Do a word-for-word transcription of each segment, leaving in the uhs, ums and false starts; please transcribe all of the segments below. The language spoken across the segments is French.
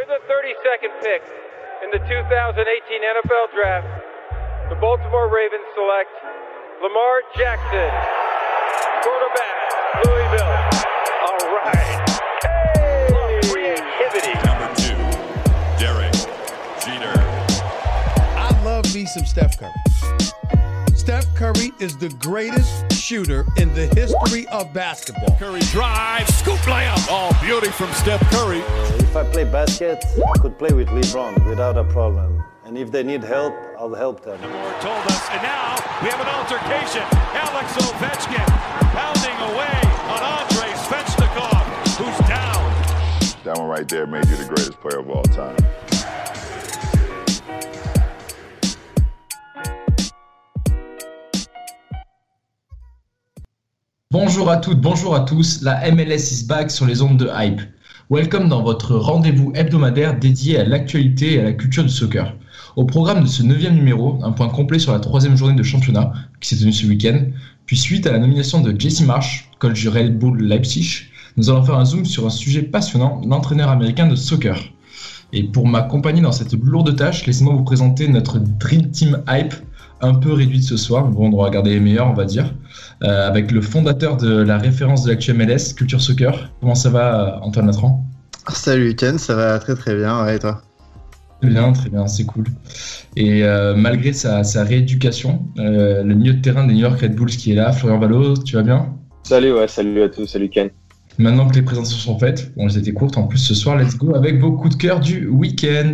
With the thirty-second pick in the two thousand eighteen N F L Draft, the Baltimore Ravens select Lamar Jackson, quarterback, Louisville. All right. Hey! Creativity. Number two, Derek Jeter. I love me some Steph Curry. Steph Curry is the greatest shooter in the history of basketball. Curry drives, scoop layup. Oh, beauty from Steph Curry. Uh, if I play basket, I could play with LeBron without a problem. And if they need help, I'll help them. Moore told us, and now we have an altercation. Alex Ovechkin pounding away on Andrei Svechnikov, who's down. That one right there made you the greatest player of all time. Bonjour à toutes, bonjour à tous, la M L S is back sur les ondes de Hype. Welcome dans votre rendez-vous hebdomadaire dédié à l'actualité et à la culture du soccer. Au programme de ce neuvième numéro, un point complet sur la troisième journée de championnat qui s'est tenue ce week-end. Puis suite à la nomination de Jesse Marsch, coach du Red Bull Leipzig, nous allons faire un zoom sur un sujet passionnant, l'entraîneur américain de soccer. Et pour m'accompagner dans cette lourde tâche, laissez-moi vous présenter notre Dream Team Hype, un peu réduite ce soir, bon, on va regarder les meilleurs on va dire, euh, avec le fondateur de la référence de l'actu M L S, Culture Soccer. Comment ça va Antoine Latran ? Salut Ken, ça va très très bien, ouais, et toi ? Très bien, très bien, c'est cool. Et euh, malgré sa, sa rééducation, euh, le milieu de terrain des New York Red Bulls qui est là, Florian Valot, tu vas bien ? Salut, ouais, salut à tous, salut Ken. Maintenant que les présentations sont faites, bon, elles étaient courtes en plus ce soir, let's go avec vos coups de cœur du week-end.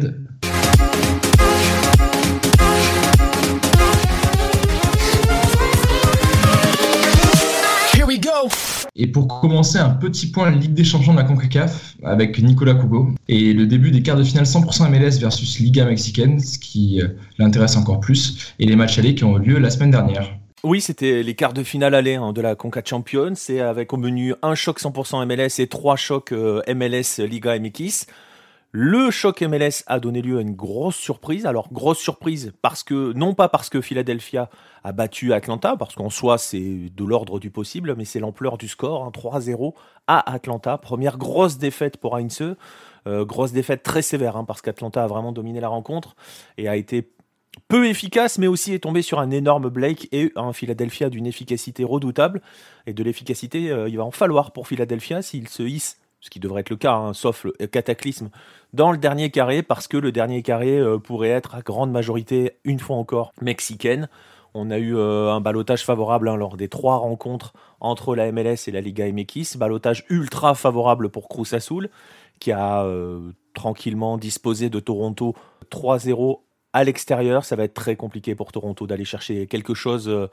Et pour commencer, un petit point Ligue des Champions de la CONCACAF avec Nicolas Cougo et le début des quarts de finale cent pour cent M L S versus Liga mexicaine, ce qui euh, l'intéresse encore plus, et les matchs allés qui ont eu lieu la semaine dernière. Oui, c'était les quarts de finale aller hein, de la Conca Champions, c'est avec au menu un choc cent pour cent M L S et trois chocs euh, M L S Liga M X. Le choc M L S a donné lieu à une grosse surprise. Alors, grosse surprise parce que, non pas parce que Philadelphia a battu Atlanta, parce qu'en soi, c'est de l'ordre du possible, mais c'est l'ampleur du score, hein, trois zéro à Atlanta. Première grosse défaite pour Heinze. Euh, grosse défaite très sévère, hein, parce qu'Atlanta a vraiment dominé la rencontre et a été peu efficace, mais aussi est tombé sur un énorme Blake et un Philadelphia d'une efficacité redoutable. Et de l'efficacité, euh, il va en falloir pour Philadelphia s'il se hisse, ce qui devrait être le cas, hein, sauf le cataclysme, dans le dernier carré, parce que le dernier carré euh, pourrait être à grande majorité, une fois encore, mexicaine. On a eu euh, un ballottage favorable hein, lors des trois rencontres entre la M L S et la Liga M X. Ballottage ultra favorable pour Cruz Azul, qui a euh, tranquillement disposé de Toronto trois zéro à l'extérieur. Ça va être très compliqué pour Toronto d'aller chercher quelque chose euh,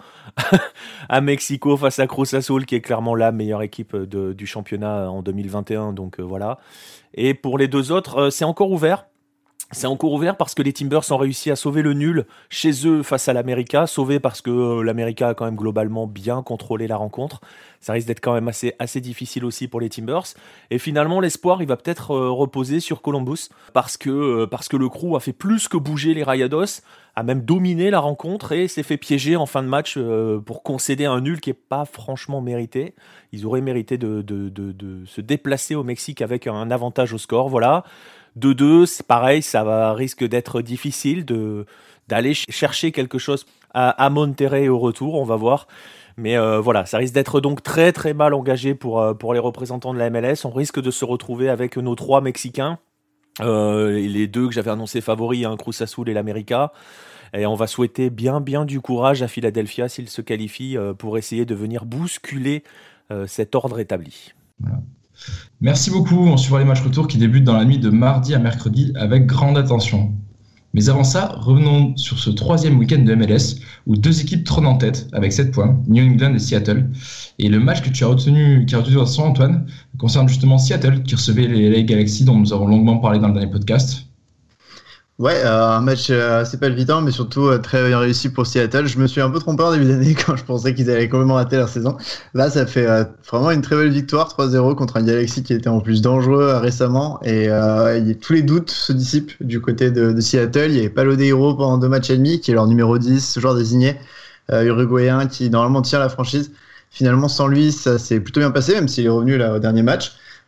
à Mexico face à Cruz Azul, qui est clairement la meilleure équipe de, du championnat en deux mille vingt et un. Donc euh, voilà. Et pour les deux autres, euh, c'est encore ouvert. C'est encore ouvert parce que les Timbers ont réussi à sauver le nul chez eux face à l'América. Sauvé parce que euh, l'América a quand même globalement bien contrôlé la rencontre. Ça risque d'être quand même assez, assez difficile aussi pour les Timbers. Et finalement, l'espoir, il va peut-être euh, reposer sur Columbus parce que, euh, parce que le Crew a fait plus que bouger les Rayados, a même dominé la rencontre et s'est fait piéger en fin de match euh, pour concéder un nul qui n'est pas franchement mérité. Ils auraient mérité de, de, de, de se déplacer au Mexique avec un avantage au score. Voilà. deux deux, c'est pareil, ça va, risque d'être difficile de, d'aller chercher quelque chose à, à Monterrey au retour, on va voir. Mais euh, voilà, ça risque d'être donc très très mal engagé pour, euh, pour les représentants de la M L S. On risque de se retrouver avec nos trois Mexicains, euh, les deux que j'avais annoncés favoris, hein, Cruz Azul et l'América. Et on va souhaiter bien bien du courage à Philadelphia s'il se qualifie euh, pour essayer de venir bousculer euh, cet ordre établi. Voilà. Merci beaucoup, on suivra les matchs retour qui débutent dans la nuit de mardi à mercredi avec grande attention. Mais avant ça, revenons sur ce troisième week-end de M L S où deux équipes trônent en tête avec sept points, New England et Seattle. Et le match que tu as retenu, qui a retenu votre son, Antoine, concerne justement Seattle qui recevait les L A Galaxy dont nous avons longuement parlé dans le dernier podcast. Ouais, euh, un match euh, assez palpitant, mais surtout euh, très bien réussi pour Seattle. Je me suis un peu trompé en début d'année quand je pensais qu'ils allaient complètement rater leur saison. Là, ça fait euh, vraiment une très belle victoire, trois zéro contre un Galaxy qui était en plus dangereux euh, récemment. Et euh, y a, tous les doutes se dissipent du côté de, de Seattle. Il y avait Paulo Deiro pendant deux matchs et demi, qui est leur numéro dix, ce joueur désigné, euh, uruguayen, qui normalement tient la franchise. Finalement, sans lui, ça s'est plutôt bien passé, même s'il est revenu là, au dernier match.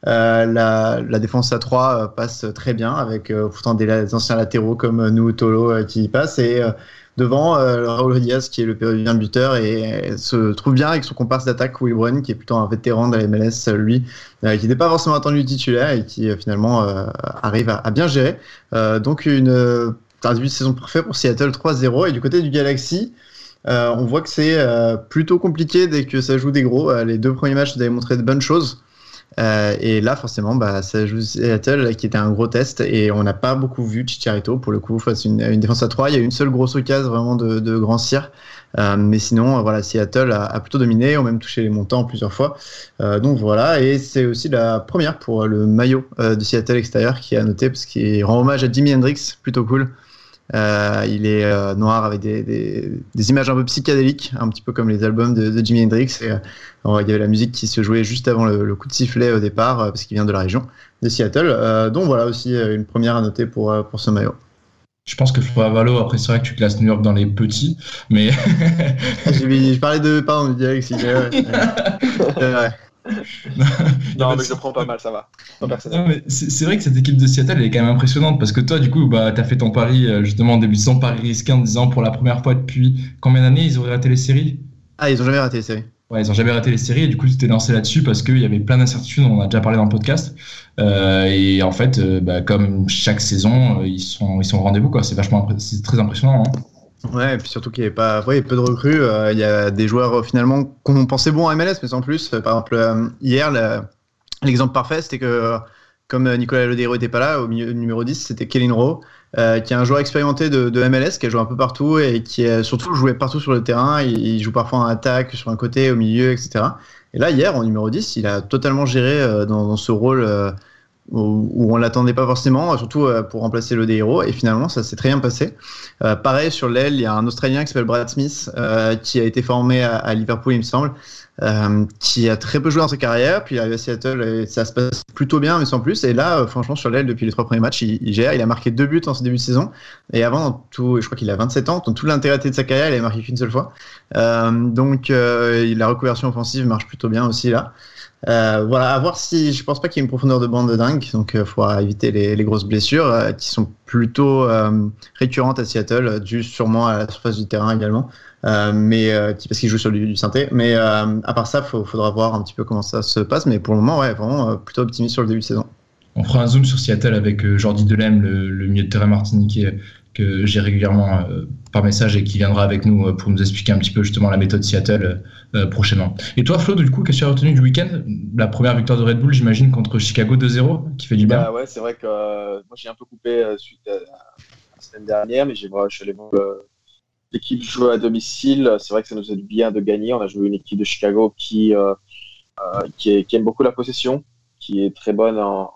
Euh, la, la défense à trois euh, passe très bien avec euh, pourtant des, des anciens latéraux comme euh, nous, Tolo euh, qui y passent. Et euh, devant, euh, Raúl Diaz qui est le péruvien buteur et, et se trouve bien avec son comparse d'attaque Will Brown qui est plutôt un vétéran de la M L S, lui, euh, qui n'est pas forcément attendu titulaire et qui euh, finalement euh, arrive à, à bien gérer. Euh, donc une, euh, un début de saison parfait pour Seattle trois zéro. Et du côté du Galaxy, euh, on voit que c'est euh, plutôt compliqué dès que ça joue des gros. Euh, les deux premiers matchs nous avaient montré de bonnes choses. Euh, et là, forcément, bah, ça joue Seattle qui était un gros test et on n'a pas beaucoup vu Chicharito pour le coup face à une, une défense à trois. Il y a eu une seule grosse occasion vraiment de, de grand cire, euh, mais sinon, euh, voilà, Seattle a, a plutôt dominé, ont même touché les montants plusieurs fois. Euh, donc voilà, et c'est aussi la première pour le maillot euh, de Seattle extérieur qui est à noter parce qu'il rend hommage à Jimi Hendrix, plutôt cool. Euh, il est euh, noir avec des, des, des images un peu psychédéliques, un petit peu comme les albums de, de Jimi Hendrix. Et, euh, il y avait la musique qui se jouait juste avant le, le coup de sifflet au départ, euh, parce qu'il vient de la région de Seattle. Euh, donc voilà aussi euh, une première à noter pour, euh, pour ce maillot. Je pense que Flora Valo, après c'est vrai que tu classes New York dans les petits, mais... J'ai, je parlais de... Pardon, de Galaxy. Ouais, ouais. ouais. non, non mais je le prends pas mal, ça va. Non, mais c'est, c'est vrai que cette équipe de Seattle elle est quand même impressionnante parce que toi du coup bah, tu as fait ton pari justement en début de saison, pari risqué en disant pour la première fois depuis combien d'années ils auraient raté les séries. Ah, ils ont jamais raté les séries. Ouais, ils ont jamais raté les séries et du coup tu t'es lancé là-dessus parce qu'il y avait plein d'incertitudes, on en a déjà parlé dans le podcast, euh, et en fait euh, bah, comme chaque saison euh, ils, sont, ils sont au rendez-vous quoi. C'est vachement c'est très impressionnant hein. Ouais, et puis surtout qu'il n'y avait pas, ouais, peu de recrues. Il euh, y a des joueurs euh, finalement qu'on pensait bons en M L S, mais sans plus. Euh, par exemple, euh, hier, la, l'exemple parfait, c'était que euh, comme Nicolas Lodeiro n'était pas là, au milieu numéro dix, c'était Kellen Rowe, euh, qui est un joueur expérimenté de, de M L S, qui a joué un peu partout et qui a surtout joué partout sur le terrain. Il, il joue parfois en attaque, sur un côté, au milieu, et cetera. Et là, hier, en numéro dix, il a totalement géré euh, dans, dans ce rôle. Euh, où on l'attendait pas forcément, surtout pour remplacer le Lodeiro, et finalement ça s'est très bien passé. Euh, pareil sur l'aile, il y a un Australien qui s'appelle Brad Smith, euh, qui a été formé à, à Liverpool il me semble, euh, qui a très peu joué dans sa carrière, puis il arrive à Seattle et ça se passe plutôt bien mais sans plus, et là euh, franchement sur l'aile depuis les trois premiers matchs il, il gère, il a marqué deux buts en ce début de saison, et avant dans tout, je crois qu'il a vingt-sept ans, dans toute l'intégralité de sa carrière il a marqué qu'une seule fois, euh, donc euh, la reconversion offensive marche plutôt bien aussi là. Euh, voilà, à voir si je pense pas qu'il y ait une profondeur de bande de dingue, donc il euh, faudra éviter les, les grosses blessures euh, qui sont plutôt euh, récurrentes à Seattle, euh, dues sûrement à la surface du terrain également, euh, mais euh, parce qu'ils jouent sur du, du synthé. Mais euh, à part ça, il faudra voir un petit peu comment ça se passe. Mais pour le moment, ouais, vraiment euh, plutôt optimiste sur le début de saison. On fera un zoom sur Seattle avec euh, Jordi Delem, le, le milieu de terrain martiniquais que j'ai régulièrement euh, par message et qui viendra avec nous euh, pour nous expliquer un petit peu justement la méthode Seattle euh, prochainement. Et toi Flo, du coup, qu'est-ce que tu as retenu du week-end ? La première victoire de Red Bull, j'imagine, contre Chicago deux zéro, qui fait du bien. Bah ouais, c'est vrai que euh, moi j'ai un peu coupé euh, suite à, à la semaine dernière, mais j'ai, moi, je suis allé voir euh, l'équipe jouer à domicile. C'est vrai que ça nous a du bien de gagner. On a joué une équipe de Chicago qui, euh, euh, qui, est, qui aime beaucoup la possession, qui est très bonne en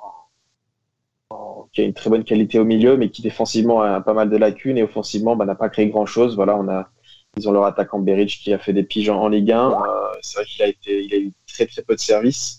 qui a une très bonne qualité au milieu, mais qui défensivement a pas mal de lacunes et offensivement bah, n'a pas créé grand-chose. Voilà, on a, ils ont leur attaquant Berich qui a fait des piges en, en Ligue un. Euh, c'est vrai qu'il a, été, il a eu très très peu de services.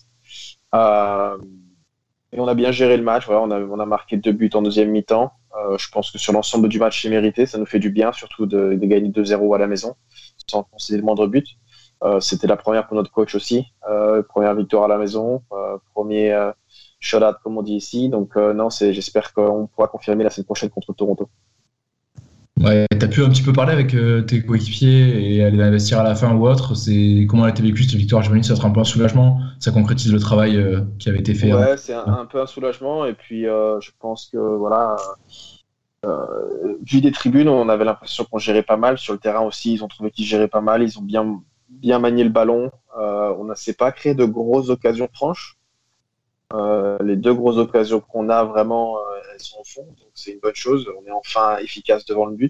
Euh, et on a bien géré le match. Voilà, on, a, on a marqué deux buts en deuxième mi-temps. Euh, je pense que sur l'ensemble du match, c'est mérité. Ça nous fait du bien, surtout de, de gagner deux zéro à la maison, sans concéder le moindre but. Euh, c'était la première pour notre coach aussi. Euh, première victoire à la maison. Euh, premier... Euh, shot-out comme on dit ici, donc euh, non, c'est, j'espère qu'on pourra confirmer la semaine prochaine contre Toronto. Ouais, t'as pu un petit peu parler avec euh, tes coéquipiers et aller investir à la fin ou autre. C'est comment a été vécu cette victoire? J'imagine que ça sera un peu un soulagement. Ça concrétise le travail euh, qui avait été fait. Ouais, hein. c'est un, un peu un soulagement et puis euh, je pense que voilà, euh, vu des tribunes, on avait l'impression qu'on gérait pas mal sur le terrain aussi. Ils ont trouvé qu'ils géraient pas mal, ils ont bien bien manié le ballon. Euh, on ne s'est pas créé de grosses occasions franches. Euh, les deux grosses occasions qu'on a vraiment, euh, elles sont au fond, donc c'est une bonne chose. On est enfin efficace devant le but.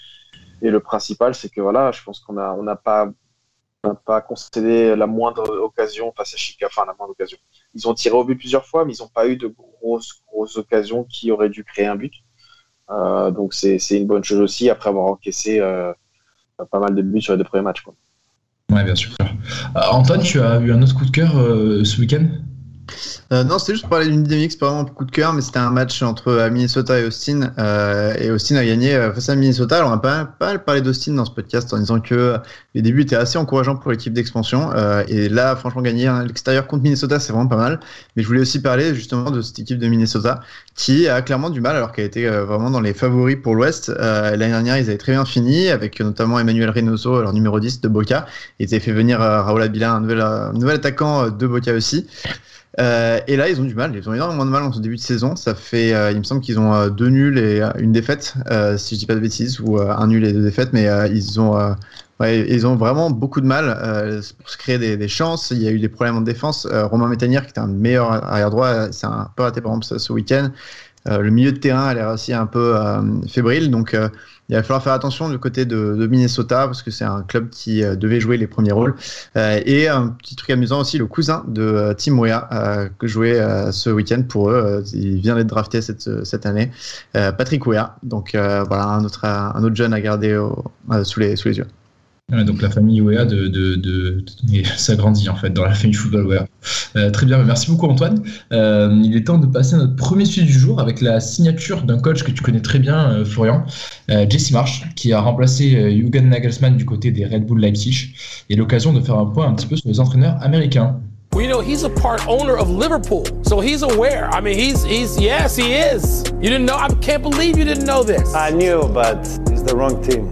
Et le principal, c'est que voilà, je pense qu'on a, on n'a pas, on n'a pas concédé la moindre occasion face à Chicago. Enfin, la moindre occasion. Ils ont tiré au but plusieurs fois, mais ils n'ont pas eu de grosses, grosses occasions qui auraient dû créer un but. Euh, donc c'est, c'est une bonne chose aussi après avoir encaissé euh, pas mal de buts sur les deux premiers matchs, quoi. Ouais, bien sûr. Euh, Antoine, tu as eu un autre coup de cœur euh, ce week-end ? Euh, non, c'était juste pour parler d'une dynamique, c'est pas vraiment un coup de cœur, mais c'était un match entre Minnesota et Austin. Euh, et Austin a gagné face à Minnesota. Alors, on a pas, pas mal parlé d'Austin dans ce podcast en disant que les débuts étaient assez encourageants pour l'équipe d'expansion. Euh, et là, franchement, gagner à l'extérieur contre Minnesota, c'est vraiment pas mal. Mais je voulais aussi parler justement de cette équipe de Minnesota qui a clairement du mal, alors qu'elle était vraiment dans les favoris pour l'Ouest. Euh, l'année dernière, ils avaient très bien fini, avec notamment Emmanuel Reynoso, leur numéro dix de Boca. Ils avaient fait venir euh, Raúl Abila, un nouvel, un nouvel attaquant de Boca aussi. Euh, et là, ils ont du mal. Ils ont énormément de mal en ce début de saison. Ça fait, euh, il me semble qu'ils ont euh, deux nuls et euh, une défaite, euh, si je dis pas de bêtises, ou euh, un nul et deux défaites. Mais euh, ils ont, euh, ouais, ils ont vraiment beaucoup de mal euh, pour se créer des, des chances. Il y a eu des problèmes en défense. Euh, Romain Métanière, qui était un meilleur arrière droit, c'est un peu raté par exemple ce, ce week-end. Euh, le milieu de terrain a l'air aussi un peu euh, fébrile. Donc, euh, il va falloir faire attention du côté de, de Minnesota parce que c'est un club qui euh, devait jouer les premiers rôles. Euh, et un petit truc amusant aussi, le cousin de euh, Tim Weah euh, que jouait euh, ce week-end pour eux. Euh, il vient d'être drafté cette, cette année. Euh, Patrick Weah. Donc euh, voilà, un autre, un autre jeune à garder au, euh, sous, les, sous les yeux. Ouais, donc la famille Weah de, de, de, de s'agrandit en fait dans la famille football Weah. Euh, très bien, merci beaucoup Antoine. Euh, il est temps de passer à notre premier sujet du jour avec la signature d'un coach que tu connais très bien, euh, Florian, euh, Jesse Marsch, qui a remplacé euh, Jürgen Nagelsmann du côté des Red Bull Leipzig, et l'occasion de faire un point un petit peu sur les entraîneurs américains. Well, you know, he's a part owner of Liverpool, so he's aware. I mean, he's, he's, yes, he is. You didn't know? I can't believe you didn't know this. I knew, but it's the wrong team.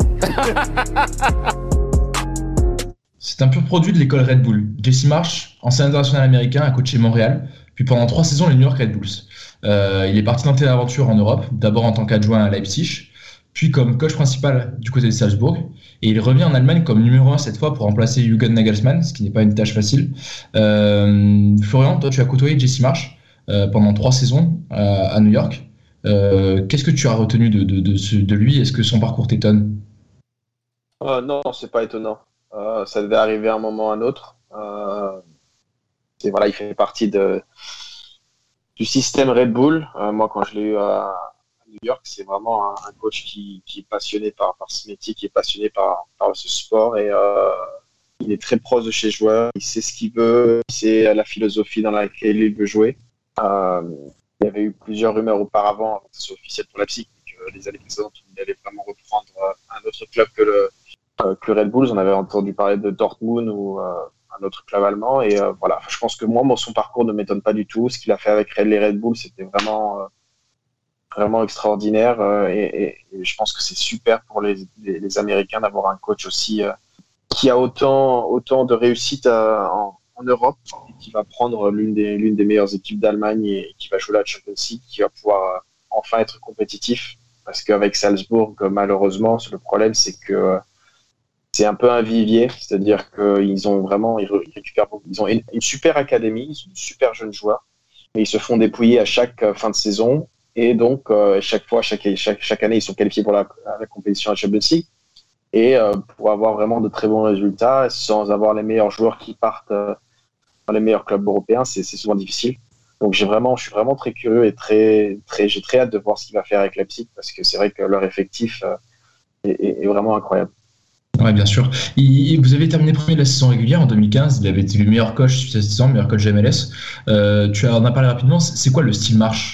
C'est un pur produit de l'école Red Bull. Jesse Marsch, ancien international américain, a coaché Montréal, puis pendant trois saisons les New York Red Bulls. Euh, il est parti tenter l'aventure en Europe, d'abord en tant qu'adjoint à Leipzig, puis comme coach principal du côté de Salzbourg, et il revient en Allemagne comme numéro un cette fois pour remplacer Jürgen Nagelsmann, ce qui n'est pas une tâche facile. Euh, Florian, toi tu as côtoyé Jesse Marsch euh, pendant trois saisons euh, à New York. Euh, qu'est-ce que tu as retenu de, de, de, ce, de lui ? Est-ce que son parcours t'étonne ? euh, Non, c'est pas étonnant. Euh, ça devait arriver à un moment ou à un autre. Euh, et voilà, il fait partie de, du système Red Bull. Euh, moi, quand je l'ai eu à, à New York, c'est vraiment un, un coach qui, qui est passionné par, par ce métier, qui est passionné par, par ce sport. Et euh, il est très proche de ses joueurs. Il sait ce qu'il veut. Il sait la philosophie dans laquelle il veut jouer. Euh, il y avait eu plusieurs rumeurs auparavant, avant que ce soit officiel pour Leipzig, que les années précédentes, il allait vraiment reprendre un autre club que le que Red Bulls. On avait entendu parler de Dortmund ou euh, un autre club allemand, et euh, voilà, je pense que moi, moi son parcours ne m'étonne pas du tout. Ce qu'il a fait avec les Red Bulls, c'était vraiment euh, vraiment extraordinaire, euh, et, et, et je pense que c'est super pour les, les, les Américains d'avoir un coach aussi euh, qui a autant autant de réussite à, en, en Europe, et qui va prendre l'une des l'une des meilleures équipes d'Allemagne et qui va jouer la Champions League, qui va pouvoir euh, enfin être compétitif, parce qu'avec Salzbourg, malheureusement, le problème c'est que euh, c'est un peu un vivier, c'est-à-dire qu'ils ont vraiment, ils récupèrent, ils ont une, une super académie, ils ont de super jeunes joueurs, mais ils se font dépouiller à chaque fin de saison, et donc euh, chaque fois, chaque, chaque, chaque année, ils sont qualifiés pour la, la compétition à Champions League, et euh, pour avoir vraiment de très bons résultats, sans avoir les meilleurs joueurs qui partent euh, dans les meilleurs clubs européens, c'est, c'est souvent difficile. Donc j'ai vraiment, je suis vraiment très curieux et très, très, j'ai très hâte de voir ce qu'il va faire avec Leipzig, parce que c'est vrai que leur effectif euh, est, est, est vraiment incroyable. Oui, bien sûr. Il, vous avez terminé premier de la saison régulière en deux mille quinze. Il avait été le meilleur coach cette saison, le meilleur coach de M L S. Euh, tu en as parlé rapidement. C'est quoi le style Marsch ?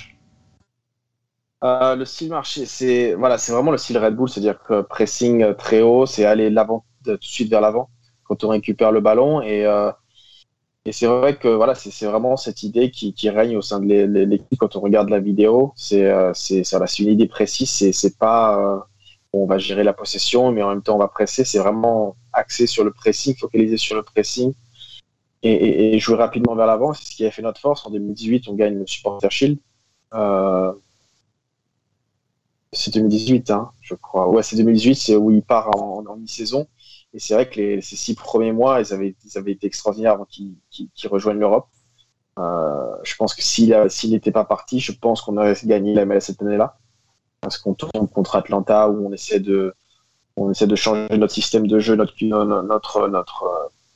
euh, Le style Marsch, c'est, voilà, c'est vraiment le style Red Bull, c'est-à-dire que pressing très haut, c'est aller l'avant, tout de suite vers l'avant quand on récupère le ballon. Et, euh, et c'est vrai que voilà, c'est, c'est vraiment cette idée qui, qui règne au sein de l'équipe quand on regarde la vidéo. C'est, c'est, c'est, voilà, c'est une idée précise. C'est, c'est pas euh, on va gérer la possession, mais en même temps on va presser. C'est vraiment axé sur le pressing, focalisé sur le pressing, et, et, et jouer rapidement vers l'avant. C'est ce qui a fait notre force. En deux mille dix-huit, on gagne le Supporter Shield. Euh, c'est deux mille dix-huit, hein, je crois. Ouais, c'est deux mille dix-huit, c'est où il part en, en mi-saison. Et c'est vrai que les, ces six premiers mois, ils avaient, ils avaient été extraordinaires avant qu'ils, qu'ils, qu'ils rejoignent l'Europe. Euh, je pense que s'il, a, s'il n'était pas parti, je pense qu'on aurait gagné la M L S cette année-là. Parce qu'on tombe contre Atlanta, où on essaie de, on essaie de changer notre système de jeu, notre, notre, notre,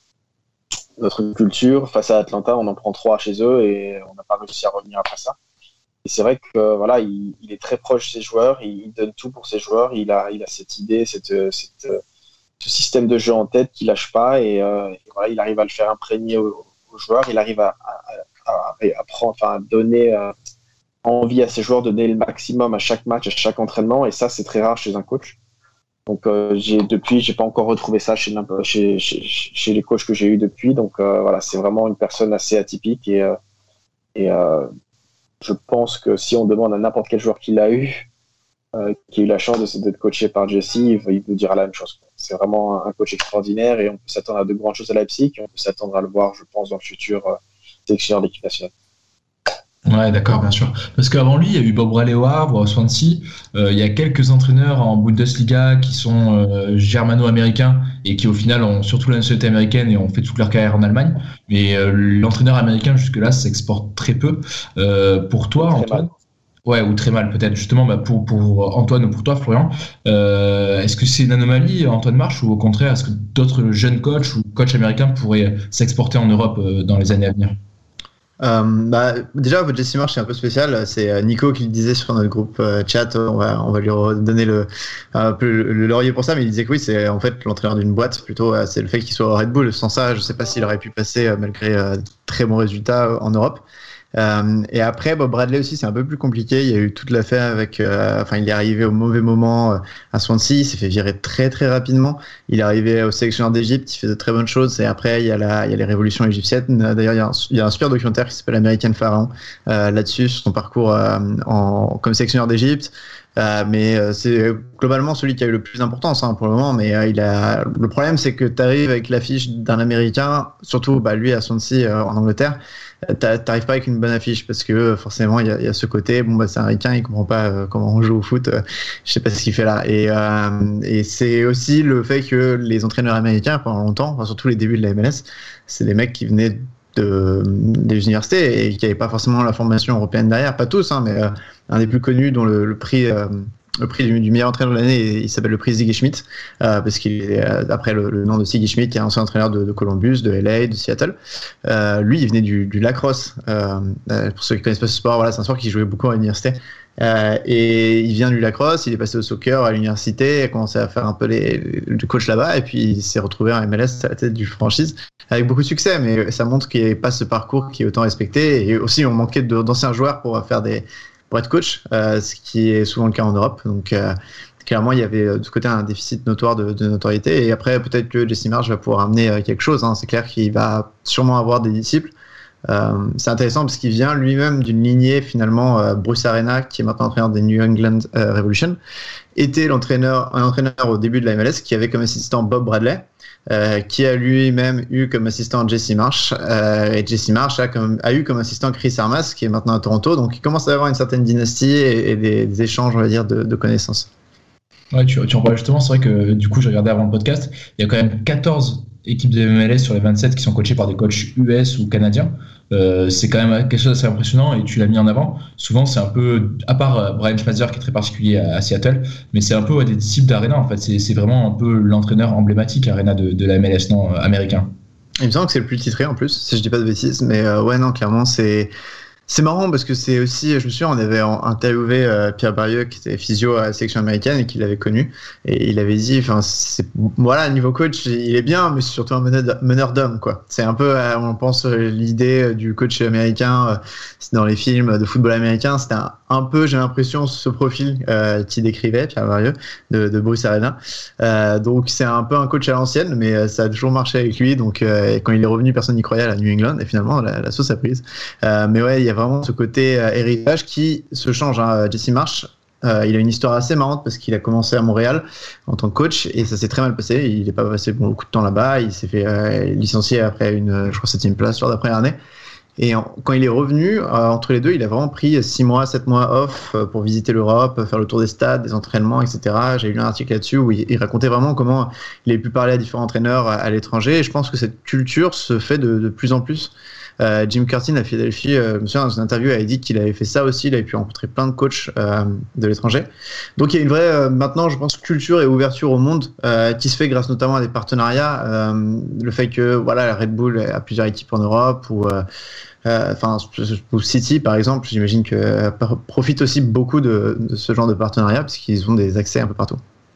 notre culture. Face à Atlanta, on en prend trois chez eux et on n'a pas réussi à revenir après ça. Et c'est vrai que voilà, il, il est très proche de ses joueurs, il, il donne tout pour ses joueurs. Il a, il a cette idée, cette, cette, ce système de jeu en tête qu'il lâche pas, et, euh, et voilà, il arrive à le faire imprégner aux, aux joueurs. Il arrive à, à, à, à prendre, enfin, à donner euh, envie à ses joueurs de donner le maximum à chaque match, à chaque entraînement, et ça, c'est très rare chez un coach. Donc, euh, j'ai, depuis, j'ai pas encore retrouvé ça chez, chez, chez, chez les coachs que j'ai eu depuis. Donc, euh, voilà, c'est vraiment une personne assez atypique. Et, euh, et euh, je pense que si on demande à n'importe quel joueur qui l'a eu, euh, qui a eu la chance de, d'être coaché par Jesse, il, il vous dira la même chose. C'est vraiment un coach extraordinaire et on peut s'attendre à de grandes choses à Leipzig. Et on peut s'attendre à le voir, je pense, dans le futur euh, sélectionneur d'équipe nationale. Ouais, d'accord, bien sûr. Parce qu'avant lui, il y a eu Bob Bradley au Havre, au Swansea. Euh, il y a quelques entraîneurs en Bundesliga qui sont euh, germano-américains et qui, au final, ont surtout la nationalité américaine et ont fait toute leur carrière en Allemagne. Mais euh, l'entraîneur américain, jusque-là, s'exporte très peu. Euh, pour toi, très Antoine mal. Ouais, ou très mal, peut-être. Justement, bah, pour, pour Antoine ou pour toi, Florian, euh, est-ce que c'est une anomalie, Antoine Marche, ou au contraire, est-ce que d'autres jeunes coachs ou coachs américains pourraient s'exporter en Europe euh, dans les années à venir ? Euh, bah, déjà, votre Jesse Marsh, c'est un peu spécial. C'est Nico qui le disait sur notre groupe euh, chat. On va, on va lui redonner le, un peu le, le laurier pour ça, mais il disait que oui, c'est en fait l'entraîneur d'une boîte. Plutôt, euh, c'est le fait qu'il soit au Red Bull. Sans ça, je sais pas s'il aurait pu passer euh, malgré euh, très bons résultats euh, en Europe. Euh, et après, Bob Bradley aussi, c'est un peu plus compliqué. Il y a eu toute l'affaire avec. Euh, enfin, il est arrivé au mauvais moment euh, à Swansea. Il s'est fait virer très très rapidement. Il est arrivé au sélectionneur d'Égypte. Il fait de très bonnes choses. Et après, il y a la, il y a les révolutions égyptiennes. D'ailleurs, il y a un, il y a un super documentaire qui s'appelle American Pharaon euh, là-dessus, sur son parcours euh, en, comme sélectionneur d'Égypte. Euh, mais euh, c'est globalement celui qui a eu le plus d'importance hein, pour le moment. Mais euh, il a. Le problème, c'est que tu arrives avec l'affiche d'un Américain, surtout bah, lui à Swansea euh, en Angleterre. T'arrives pas avec une bonne affiche parce que forcément il y a, y a ce côté bon bah c'est un américain, il comprend pas euh, comment on joue au foot, euh, je sais pas ce qu'il fait là et, euh, et c'est aussi le fait que les entraîneurs américains pendant longtemps, enfin, surtout les débuts de la M L S, c'est des mecs qui venaient de, des universités et qui n'avaient pas forcément la formation européenne derrière, pas tous hein, mais euh, un des plus connus dont le, le prix euh, le prix du, du meilleur entraîneur de l'année, il s'appelle le prix Ziggy Schmidt, euh, parce qu'il est euh, après le, le nom de Ziggy Schmidt, qui est ancien entraîneur de, de Columbus, de L A, de Seattle. Euh, lui, il venait du, du lacrosse. Euh, euh, pour ceux qui connaissent pas ce sport, voilà, c'est un sport qui jouait beaucoup à l'université. Euh, et il vient du lacrosse, il est passé au soccer à l'université, il a commencé à faire un peu les, le coach là-bas, et puis il s'est retrouvé en M L S à la tête du franchise avec beaucoup de succès. Mais ça montre qu'il n'y avait pas ce parcours qui est autant respecté, et aussi on manquait de, d'anciens joueurs pour faire des pour être coach, euh, ce qui est souvent le cas en Europe. Donc euh, clairement, il y avait de ce côté un déficit notoire de, de notoriété. Et après, peut-être que Jesse Marsh va pouvoir amener euh, quelque chose. Hein. C'est clair qu'il va sûrement avoir des disciples. Euh, c'est intéressant parce qu'il vient lui-même d'une lignée, finalement, euh, Bruce Arena, qui est maintenant entraîneur des New England euh, Revolution, était l'entraîneur, un entraîneur au début de la M L S qui avait comme assistant Bob Bradley, euh, qui a lui-même eu comme assistant Jesse Marsh, euh, et Jesse Marsh a, comme, a eu comme assistant Chris Armas, qui est maintenant à Toronto. Donc il commence à avoir une certaine dynastie et, et des, des échanges, on va dire, de, de connaissances. Ouais, tu, tu en parles justement, c'est vrai que du coup, j'ai regardé avant le podcast, il y a quand même quatorze équipes de M L S sur les vingt-sept qui sont coachées par des coachs U S ou canadiens. Euh, c'est quand même quelque chose d'assez impressionnant et tu l'as mis en avant. Souvent, c'est un peu, à part euh, Brian Schmetzer qui est très particulier à, à Seattle, mais c'est un peu ouais, des disciples d'Arena en fait. C'est, c'est vraiment un peu l'entraîneur emblématique Arena de, de la M L S non, euh, américain. Il me semble que c'est le plus titré en plus, si je dis pas de bêtises, mais euh, ouais, non, clairement, c'est. C'est marrant parce que c'est aussi, je me souviens, on avait interviewé euh, Pierre Barieux qui était physio à la sélection américaine et qui l'avait connu, et il avait dit, enfin, c'est, voilà, niveau coach, il est bien, mais c'est surtout un meneur, meneur d'hommes, quoi. C'est un peu, euh, on pense, euh, l'idée du coach américain, euh, dans les films de football américain, c'était un, un peu, j'ai l'impression, ce profil euh, qu'il décrivait, Pierre Barieux, de, de Bruce Arena. Euh, donc c'est un peu un coach à l'ancienne, mais euh, ça a toujours marché avec lui. Donc euh, quand il est revenu, personne n'y croyait à la New England, et finalement la, la sauce a prise. Euh, mais ouais, il y a vraiment ce côté euh, héritage qui se change. Hein. Jesse Marsh, euh, il a une histoire assez marrante parce qu'il a commencé à Montréal en tant que coach et ça s'est très mal passé. Il n'est pas passé beaucoup de temps là-bas. Il s'est fait euh, licencier après une, je crois, septième place lors de la première année. Et en, quand il est revenu, euh, entre les deux, il a vraiment pris six mois, sept mois off euh, pour visiter l'Europe, faire le tour des stades, des entraînements, et cetera. J'ai lu un article là-dessus où il, il racontait vraiment comment il a pu parler à différents entraîneurs à, à l'étranger. Et je pense que cette culture se fait de, de plus en plus. Euh, Jim Curtin à Philadelphie, euh, je me souviens dans une interview, avait dit qu'il avait fait ça aussi. Il avait pu rencontrer plein de coachs euh, de l'étranger. Donc il y a une vraie, euh, maintenant, je pense, culture et ouverture au monde euh, qui se fait grâce notamment à des partenariats. Euh, le fait que voilà, Red Bull a plusieurs équipes en Europe ou euh, Enfin, euh, City par exemple, j'imagine que euh, profite aussi beaucoup de, de ce genre de partenariat parce qu'ils ont des accès un peu partout.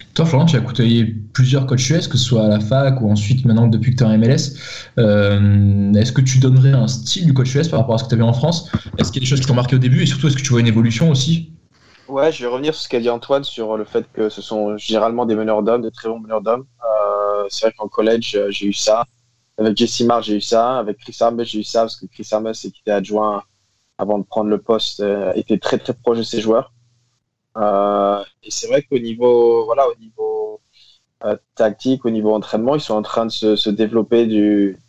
Toi, Florent, tu as côtoyé plusieurs coachs U S, que ce soit à la fac ou ensuite maintenant depuis que tu es en M L S. Euh, est-ce que tu donnerais un style du coach U S par rapport à ce que tu avais en France? Est-ce qu'il y a des choses qui t'ont marqué au début et surtout, est-ce que tu vois une évolution aussi? Ouais, je vais revenir sur ce qu'a dit Antoine sur le fait que ce sont généralement des meneurs d'hommes, des très bons meneurs d'hommes. Euh, c'est vrai qu'en collège, j'ai eu ça. Avec Jesse Marsh, j'ai eu ça. Avec Chris Armas, j'ai eu ça parce que Chris Armas, qui était adjoint avant de prendre le poste, euh, était très très proche de ses joueurs. Euh, et c'est vrai qu'au niveau, voilà, au niveau euh, tactique, au niveau entraînement, ils sont en train de se, se développer du,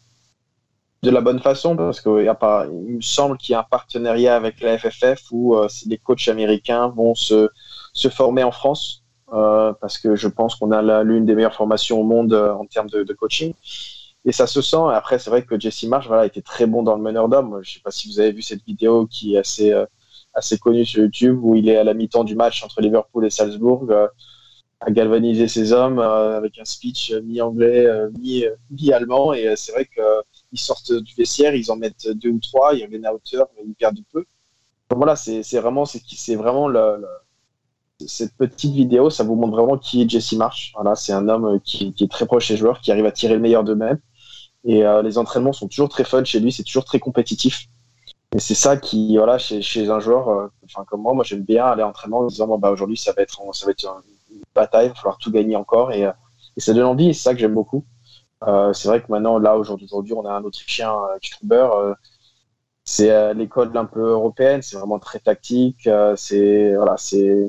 de la bonne façon parce qu'il me semble qu'il y a un partenariat avec la F F F où euh, les coachs américains vont se, se former en France euh, parce que je pense qu'on a la, l'une des meilleures formations au monde euh, en termes de, de coaching. Et ça se sent. Et après, c'est vrai que Jesse Marsh, voilà, était très bon dans le meneur d'hommes. Je ne sais pas si vous avez vu cette vidéo qui est assez, euh, assez connue sur YouTube où il est à la mi-temps du match entre Liverpool et Salzbourg euh, à galvaniser ses hommes euh, avec un speech mi-anglais, euh, mi, euh, mi-allemand. Et euh, c'est vrai qu'ils euh, sortent du vestiaire, ils en mettent deux ou trois, ils reviennent à hauteur, mais ils perdent peu. Donc voilà, c'est, c'est vraiment, c'est, c'est vraiment le, le, cette petite vidéo, ça vous montre vraiment qui est Jesse Marsh. Voilà, c'est un homme qui, qui est très proche des joueurs, qui arrive à tirer le meilleur d'eux-mêmes. Et euh, les entraînements sont toujours très fun chez lui, c'est toujours très compétitif. Et c'est ça qui, voilà, chez, chez un joueur, euh, enfin comme moi, moi j'aime bien aller à l'entraînement en disant bon, bah aujourd'hui ça va être, ça va être une, une bataille, il va falloir tout gagner encore, et, euh, et ça donne envie. Et c'est ça que j'aime beaucoup. Euh, c'est vrai que maintenant, là aujourd'hui, aujourd'hui on a un Autrichien, euh, Struber, euh, c'est euh, l'école un peu européenne, c'est vraiment très tactique. Euh, c'est voilà, c'est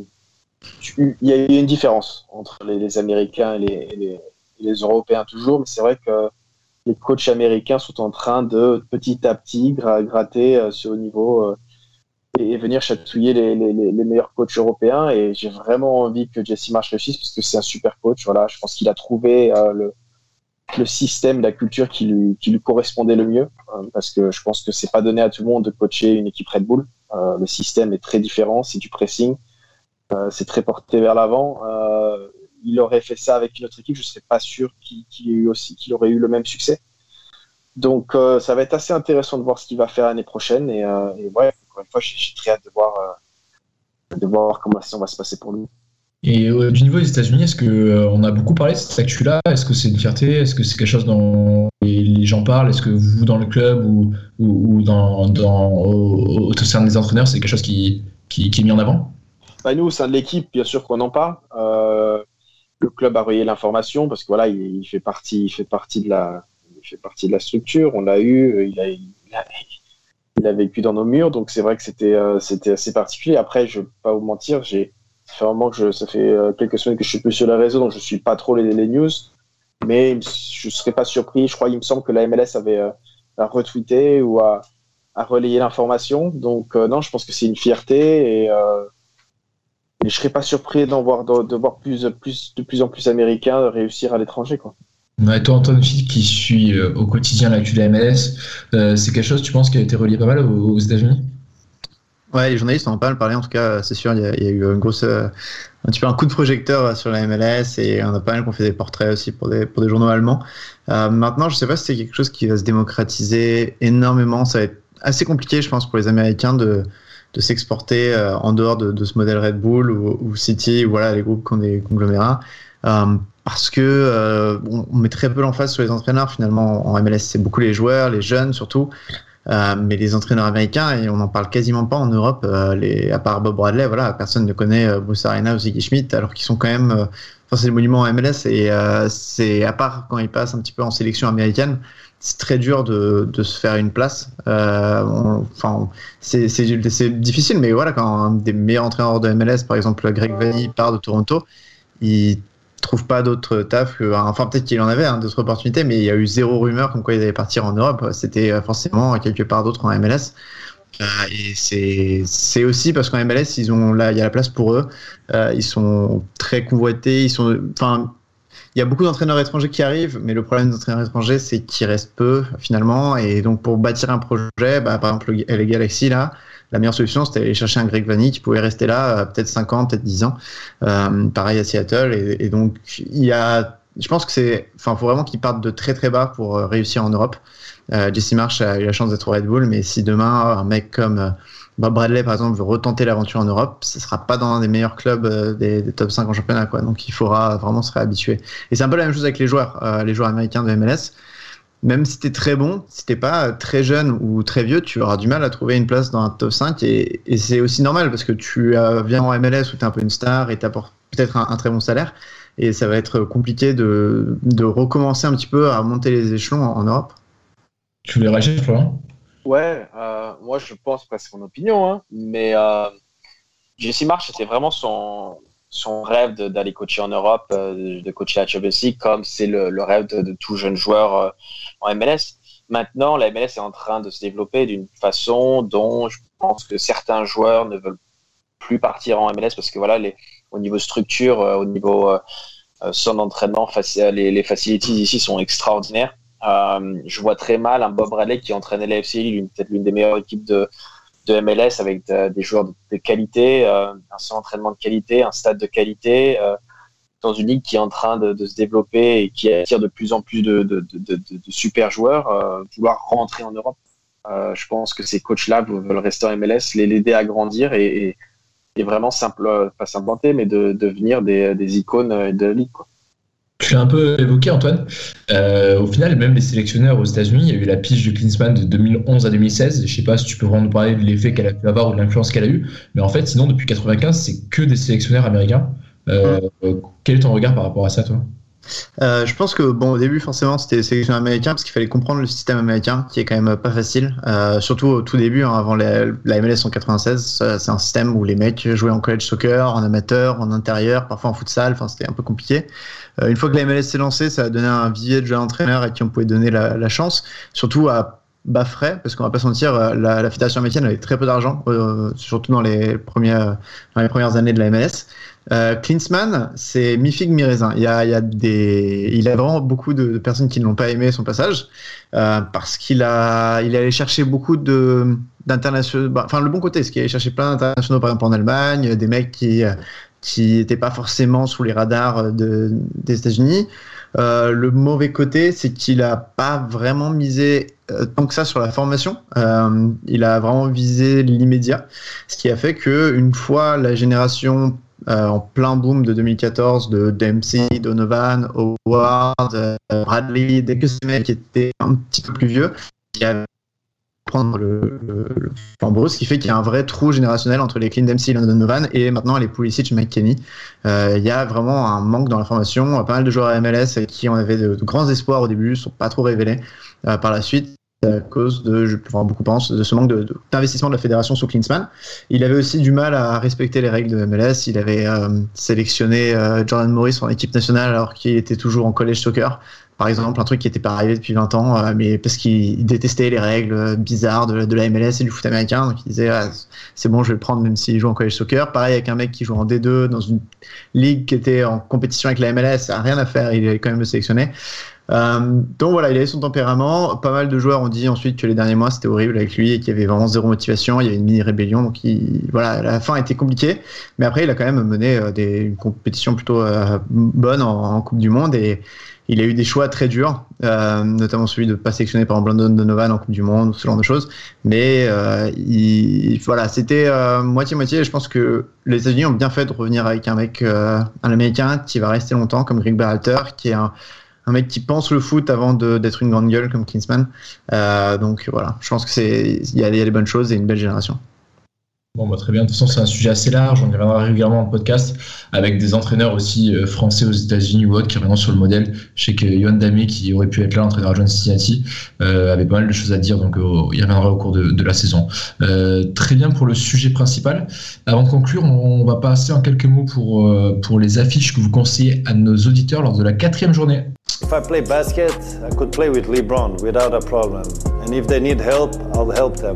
il y a une différence entre les, les Américains et les, et les, et les Européens toujours, mais c'est vrai que les coachs américains sont en train de petit à petit gra- gratter euh, ce haut niveau euh, et, et venir chatouiller les, les, les meilleurs coachs européens. Et j'ai vraiment envie que Jesse Marsh réussisse parce que c'est un super coach. Voilà, je pense qu'il a trouvé euh, le, le système, la culture qui lui, qui lui correspondait le mieux. Euh, parce que je pense que c'est pas donné à tout le monde de coacher une équipe Red Bull. Euh, le système est très différent, c'est du pressing, euh, c'est très porté vers l'avant. Euh, il aurait fait ça avec une autre équipe, je ne serais pas sûr qu'il, qu'il, aussi, qu'il aurait eu le même succès. Donc, euh, ça va être assez intéressant de voir ce qu'il va faire l'année prochaine. Et, euh, et ouais, encore une fois, j'ai, j'ai très hâte de voir, euh, de voir comment ça va se passer pour lui. Et euh, du niveau des États-Unis, est-ce qu'on euh, a beaucoup parlé de cette actu-là? Est-ce que c'est une fierté? Est-ce que c'est quelque chose dont les, les gens parlent? Est-ce que vous, dans le club ou, ou, ou dans, dans, au, au sein des entraîneurs, c'est quelque chose qui, qui, qui est mis en avant? Bah, nous, au sein de l'équipe, bien sûr qu'on en parle. Euh, Le club a relayé l'information parce que voilà, il, il fait partie, il fait partie de la, il fait partie de la structure. On l'a eu, il a, il a, il a vécu dans nos murs, donc c'est vrai que c'était, euh, c'était assez particulier. Après, je vais pas vous mentir, j'ai, ça fait vraiment que je, ça fait quelques semaines que je suis plus sur les réseaux, donc je suis pas trop les, les news. Mais je serais pas surpris. Je crois, il me semble que la M L S avait euh, a retweeté ou a, a relayé l'information. Donc euh, non, je pense que c'est une fierté et euh, Et je ne serais pas surpris d'en voir, de, de voir plus, plus, de plus en plus Américains réussir à l'étranger, quoi. Ouais, toi, Antoine, aussi, qui suit euh, au quotidien l'actu de la M L S, euh, c'est quelque chose, tu penses, qui a été relié pas mal aux, aux États-Unis? Ouais, les journalistes en ont pas mal parlé, en tout cas, c'est sûr, il y, a, il y a eu une grosse, euh, un petit peu un coup de projecteur sur la M L S et on a pas mal qu'on fait des portraits aussi pour des, pour des journaux allemands. Euh, maintenant, je sais pas si c'est quelque chose qui va se démocratiser énormément. Ça va être assez compliqué, je pense, pour les Américains de, de s'exporter euh, en dehors de, de ce modèle Red Bull ou, ou City, ou voilà, les groupes qui ont des conglomérats. Euh, parce que euh, on, on met très peu l'emphase sur les entraîneurs, finalement, en M L S. C'est beaucoup les joueurs, les jeunes surtout. Euh, mais les entraîneurs américains, et on n'en parle quasiment pas en Europe, euh, les, à part Bob Bradley, voilà, personne ne connaît euh, Bruce Arena ou Ziggy Schmidt, alors qu'ils sont quand même, euh, enfin c'est le monument en M L S, et euh, c'est, à part quand ils passent un petit peu en sélection américaine, c'est très dur de, de se faire une place. Euh, on, enfin, c'est, c'est, c'est difficile, mais voilà, quand un des meilleurs entraîneurs de M L S, par exemple Greg Vanney, part de Toronto, il trouve pas d'autres taf que, enfin peut-être qu'il en avait hein, d'autres opportunités, mais il y a eu zéro rumeur comme quoi il allait partir en Europe. C'était forcément quelque part d'autre en M L S. Euh, et c'est c'est aussi parce qu'en M L S ils ont là il y a la place pour eux. Euh, ils sont très convoités. Ils sont enfin il y a beaucoup d'entraîneurs étrangers qui arrivent, mais le problème des entraîneurs étrangers c'est qu'ils restent peu finalement. Et donc pour bâtir un projet, bah, par exemple les Galaxy là. La meilleure solution, c'était aller chercher un Greg Vanney qui pouvait rester là euh, peut-être cinq ans, peut-être dix ans. Euh, pareil à Seattle. Et, et donc, il y a, je pense que c'est, enfin, faut vraiment qu'ils partent de très très bas pour euh, réussir en Europe. Euh, Jesse Marsh a eu la chance d'être au Red Bull, mais si demain un mec comme euh, Bob Bradley, par exemple, veut retenter l'aventure en Europe, ce ne sera pas dans un des meilleurs clubs euh, des, des top cinq en championnat, quoi. Donc il faudra vraiment se réhabituer. Et c'est un peu la même chose avec les joueurs, euh, les joueurs américains de M L S. Même si tu es très bon, si tu n'es pas très jeune ou très vieux, tu auras du mal à trouver une place dans un top cinq. Et, et c'est aussi normal parce que tu euh, viens en M L S où tu es un peu une star et tu apportes peut-être un, un très bon salaire. Et ça va être compliqué de, de recommencer un petit peu à monter les échelons en, en Europe. Tu voulais réagir, Florent ? Ouais, euh, moi je pense, pas c'est mon opinion, hein, mais euh, Jesse Marsh, c'était vraiment son, son rêve de, d'aller coacher en Europe, euh, de coacher la Champions League, comme c'est le, le rêve de, de tout jeune joueur euh, en M L S. Maintenant, la M L S est en train de se développer d'une façon dont je pense que certains joueurs ne veulent plus partir en M L S parce que voilà, les, au niveau structure, euh, au niveau euh, son entraînement, faci- les, les facilities ici sont extraordinaires. Euh, je vois très mal un Bob Bradley qui entraînait l'A F C Lille, peut-être l'une des meilleures équipes de, de M L S avec de, des joueurs de, de qualité, euh, un centre d'entraînement de qualité, un stade de qualité, euh, dans une ligue qui est en train de, de se développer et qui attire de plus en plus de, de, de, de, de super joueurs, euh, vouloir rentrer en Europe. Euh, je pense que ces coachs-là veulent rester en M L S, les l'aider à grandir et, et, et vraiment simple, pas s'implanter, mais de, de devenir des, des icônes de la ligue, quoi. Tu l'as un peu évoqué, Antoine. Euh, au final, même les sélectionneurs aux États-Unis, il y a eu la pige de Klinsmann de deux mille onze à deux mille seize. Je ne sais pas si tu peux vraiment nous parler de l'effet qu'elle a pu avoir ou de l'influence qu'elle a eu. Mais en fait, sinon, depuis quatre-vingt-quinze, c'est que des sélectionneurs américains. Euh, mmh. Quel est ton regard par rapport à ça, toi ? Euh, je pense que bon, au début forcément c'était les sélections américains parce qu'il fallait comprendre le système américain qui est quand même pas facile, euh, surtout au tout début, hein, avant la, la M L S en quatre-vingt-seize. C'est un système où les mecs jouaient en college soccer, en amateur, en intérieur, parfois en futsal. Enfin, c'était un peu compliqué. Euh, une fois que la M L S s'est lancée, ça a donné un vivier de jeunes entraîneurs à qui on pouvait donner la, la chance, surtout à bas frais, parce qu'on va pas se mentir, la, la fédération américaine avait très peu d'argent, euh, surtout dans les premières dans les premières années de la M L S. Euh, Klinsmann, c'est mi-figue, mi-raisin. Il y a, il y a des, il a vraiment beaucoup de, de personnes qui ne l'ont pas aimé son passage, euh, parce qu'il a, il est allé chercher beaucoup de d'internationaux. Bah, enfin, le bon côté, c'est qu'il est allé chercher plein d'internationaux, par exemple en Allemagne, des mecs qui qui n'étaient pas forcément sous les radars de, des États-Unis. Euh, le mauvais côté, c'est qu'il a pas vraiment misé euh, tant que ça sur la formation. Euh, il a vraiment visé l'immédiat, ce qui a fait que une fois la génération Euh, en plein boom de deux mille quatorze de Dempsey, Donovan, Howard, euh, Bradley, dès que ces mecs étaient un petit peu plus vieux, il y a prendre le, le, le flambeau, ce qui fait qu'il y a un vrai trou générationnel entre les Clint Dempsey, Landon Donovan et maintenant les Pulisic, McKennie. Euh, il y a vraiment un manque dans la formation. Pas mal de joueurs à M L S qui on avait de, de grands espoirs au début ne sont pas trop révélés euh, par la suite, à cause de, je enfin, beaucoup pensent, de ce manque de, de, d'investissement de la fédération sous Klinsmann. Il avait aussi du mal à respecter les règles de M L S. Il avait euh, sélectionné euh, Jordan Morris en équipe nationale alors qu'il était toujours en college soccer, par exemple, un truc qui n'était pas arrivé depuis vingt ans, euh, mais parce qu'il détestait les règles bizarres de, de la M L S et du foot américain. Donc il disait ah, c'est bon, je vais le prendre même s'il joue en college soccer. Pareil avec un mec qui joue en D deux dans une ligue qui était en compétition avec la M L S, ça n'a rien à faire, il est quand même le sélectionné. Euh, donc voilà, il avait son tempérament. Pas mal de joueurs ont dit ensuite que les derniers mois c'était horrible avec lui et qu'il y avait vraiment zéro motivation, il y avait une mini rébellion, donc il, voilà, la fin était compliquée, mais après il a quand même mené euh, des, une compétition plutôt euh, bonne en, en Coupe du Monde et il a eu des choix très durs, euh, notamment celui de ne pas sélectionner par exemple Landon Donovan en Coupe du Monde ou ce genre de choses, mais euh, il, voilà, c'était euh, moitié-moitié et je pense que les États-Unis ont bien fait de revenir avec un mec, euh, un américain qui va rester longtemps comme Greg Berhalter, qui est un un mec qui pense le foot avant de, d'être une grande gueule comme Klinsmann. Euh, donc voilà, je pense que c'est il y, y a des bonnes choses et une belle génération. Bon, bah, très bien. De toute façon, c'est un sujet assez large. On y reviendra régulièrement dans le podcast avec des entraîneurs aussi euh, français aux États-Unis ou autres qui reviendront sur le modèle. Je sais que Yoann Damé, qui aurait pu être là, entraîneur adjoint de Cincinnati, euh, avait pas mal de choses à dire. Donc, euh, il reviendra au cours de, de la saison. Euh, très bien pour le sujet principal. Avant de conclure, on va passer en quelques mots pour, euh, pour les affiches que vous conseillez à nos auditeurs lors de la quatrième journée. If I play basket, I could play with LeBron without a problem. And if they need help, I'll help them.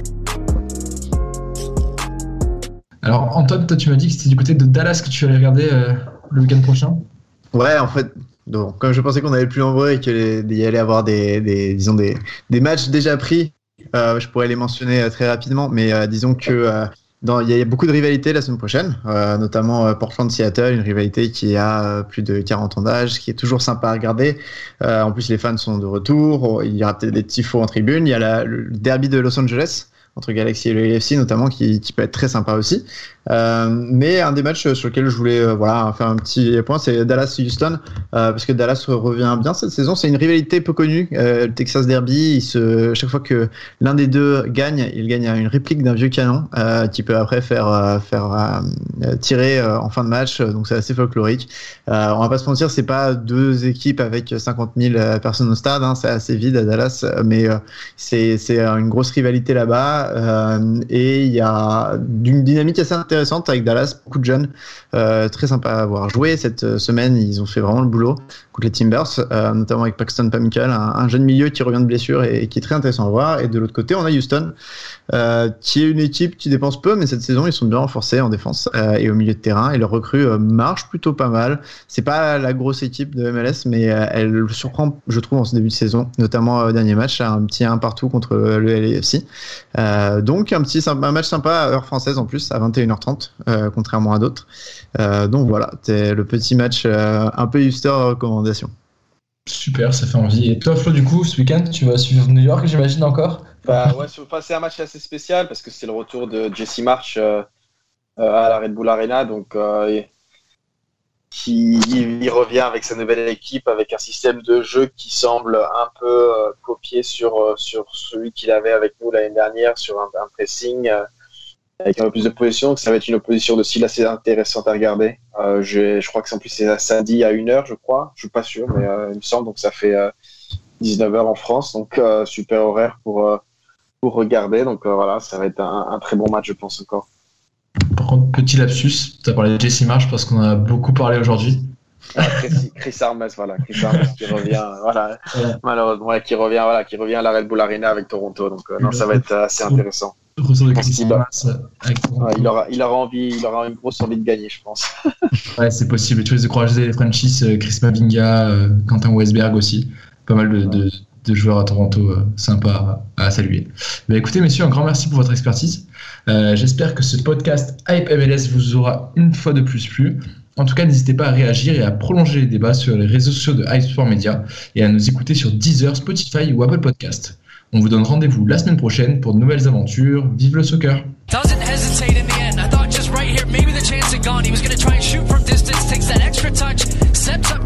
Alors Antoine, toi tu m'as dit que c'était du côté de Dallas que tu allais regarder euh, le week-end prochain. Ouais, en fait, donc, comme je pensais qu'on allait plus nombreux et qu'il y allait avoir des, des, disons des, des matchs déjà pris, euh, je pourrais les mentionner euh, très rapidement, mais euh, disons que euh, dans, il y a beaucoup de rivalités la semaine prochaine, euh, notamment euh, Portland-Seattle, une rivalité qui a euh, plus de quarante ans d'âge, qui est toujours sympa à regarder. Euh, en plus, les fans sont de retour, il y aura peut-être des tifos en tribune. Il y a la, le derby de Los Angeles, entre Galaxy et le A F C notamment, qui, qui peut être très sympa aussi. Euh, mais un des matchs sur lequel je voulais euh, voilà, faire un petit point, c'est Dallas-Houston, euh, parce que Dallas revient bien cette saison. C'est une rivalité peu connue, euh, le Texas Derby. Il se, chaque fois que l'un des deux gagne, il gagne une réplique d'un vieux canon euh, qui peut après faire, euh, faire euh, tirer euh, en fin de match. Donc c'est assez folklorique. Euh, on va pas se mentir, c'est pas deux équipes avec cinquante mille personnes au stade, hein, c'est assez vide à Dallas, mais euh, c'est, c'est une grosse rivalité là-bas. Euh, et il y a une dynamique assez intéressante avec Dallas, beaucoup de jeunes, euh, très sympa à avoir joué cette semaine. Ils ont fait vraiment le boulot contre les Timbers, euh, notamment avec Paxton Pamichael, un, un jeune milieu qui revient de blessure et, et qui est très intéressant à voir. Et de l'autre côté, on a Houston, euh, qui est une équipe qui dépense peu, mais cette saison ils sont bien renforcés en défense euh, et au milieu de terrain. Et leur recrue euh, marche plutôt pas mal. C'est pas la grosse équipe de M L S, mais euh, elle surprend, je trouve, en ce début de saison, notamment au euh, dernier match, un petit un partout contre le L A F C. Euh, donc un petit un match sympa à heure française en plus, à vingt et une heures trente, euh, contrairement à d'autres. Euh, donc voilà, c'est le petit match euh, un peu hipster recommandation. Super, ça fait envie. Et toi, Flo, du coup, ce week-end, tu vas suivre New York, j'imagine encore? Bah ouais, c'est un match assez spécial parce que c'est le retour de Jesse Marsh euh, à la Red Bull Arena, donc euh, qui il revient avec sa nouvelle équipe, avec un système de jeu qui semble un peu euh, copié sur euh, sur celui qu'il avait avec nous l'année dernière, sur un, un pressing euh, avec un peu plus de position. Donc ça va être une opposition de style assez intéressante à regarder. Euh, je, je crois que c'est en plus c'est samedi à une heure, je crois. Je suis pas sûr, mais euh, il me semble. Donc ça fait euh, dix-neuf heures en France, donc euh, super horaire pour euh, pour regarder. Donc euh, voilà, ça va être un, un très bon match, je pense encore. Par contre, petit lapsus, tu as parlé de Jesse Marsh parce qu'on en a beaucoup parlé aujourd'hui. Ah, Chris, Chris Armes, voilà, Chris Armes qui revient, voilà, ouais. malheureusement, ouais, qui revient, voilà, qui revient à la Red Bull Arena avec Toronto. Donc euh, non, ça va être assez intéressant. De Chris il, a, ouais, il aura, il aura envie, il aura une grosse envie de gagner, je pense. Ouais, c'est possible. Tu les as croisés, les Frenchies, Chris Mavinga, euh, Quentin Westberg aussi, pas mal de, ouais. de, de joueurs à Toronto, euh, sympa à, à saluer. Mais écoutez, messieurs, un grand merci pour votre expertise. Euh, j'espère que ce podcast Hype M L S vous aura une fois de plus plu. En tout cas, n'hésitez pas à réagir et à prolonger les débats sur les réseaux sociaux de Hype Sport Media et à nous écouter sur Deezer, Spotify ou Apple Podcast. On vous donne rendez-vous la semaine prochaine pour de nouvelles aventures. Vive le soccer! Doesn't hesitate in the end. I thought just right here, maybe the chance had gone. He was going to try and shoot from distance, takes that extra touch, steps up.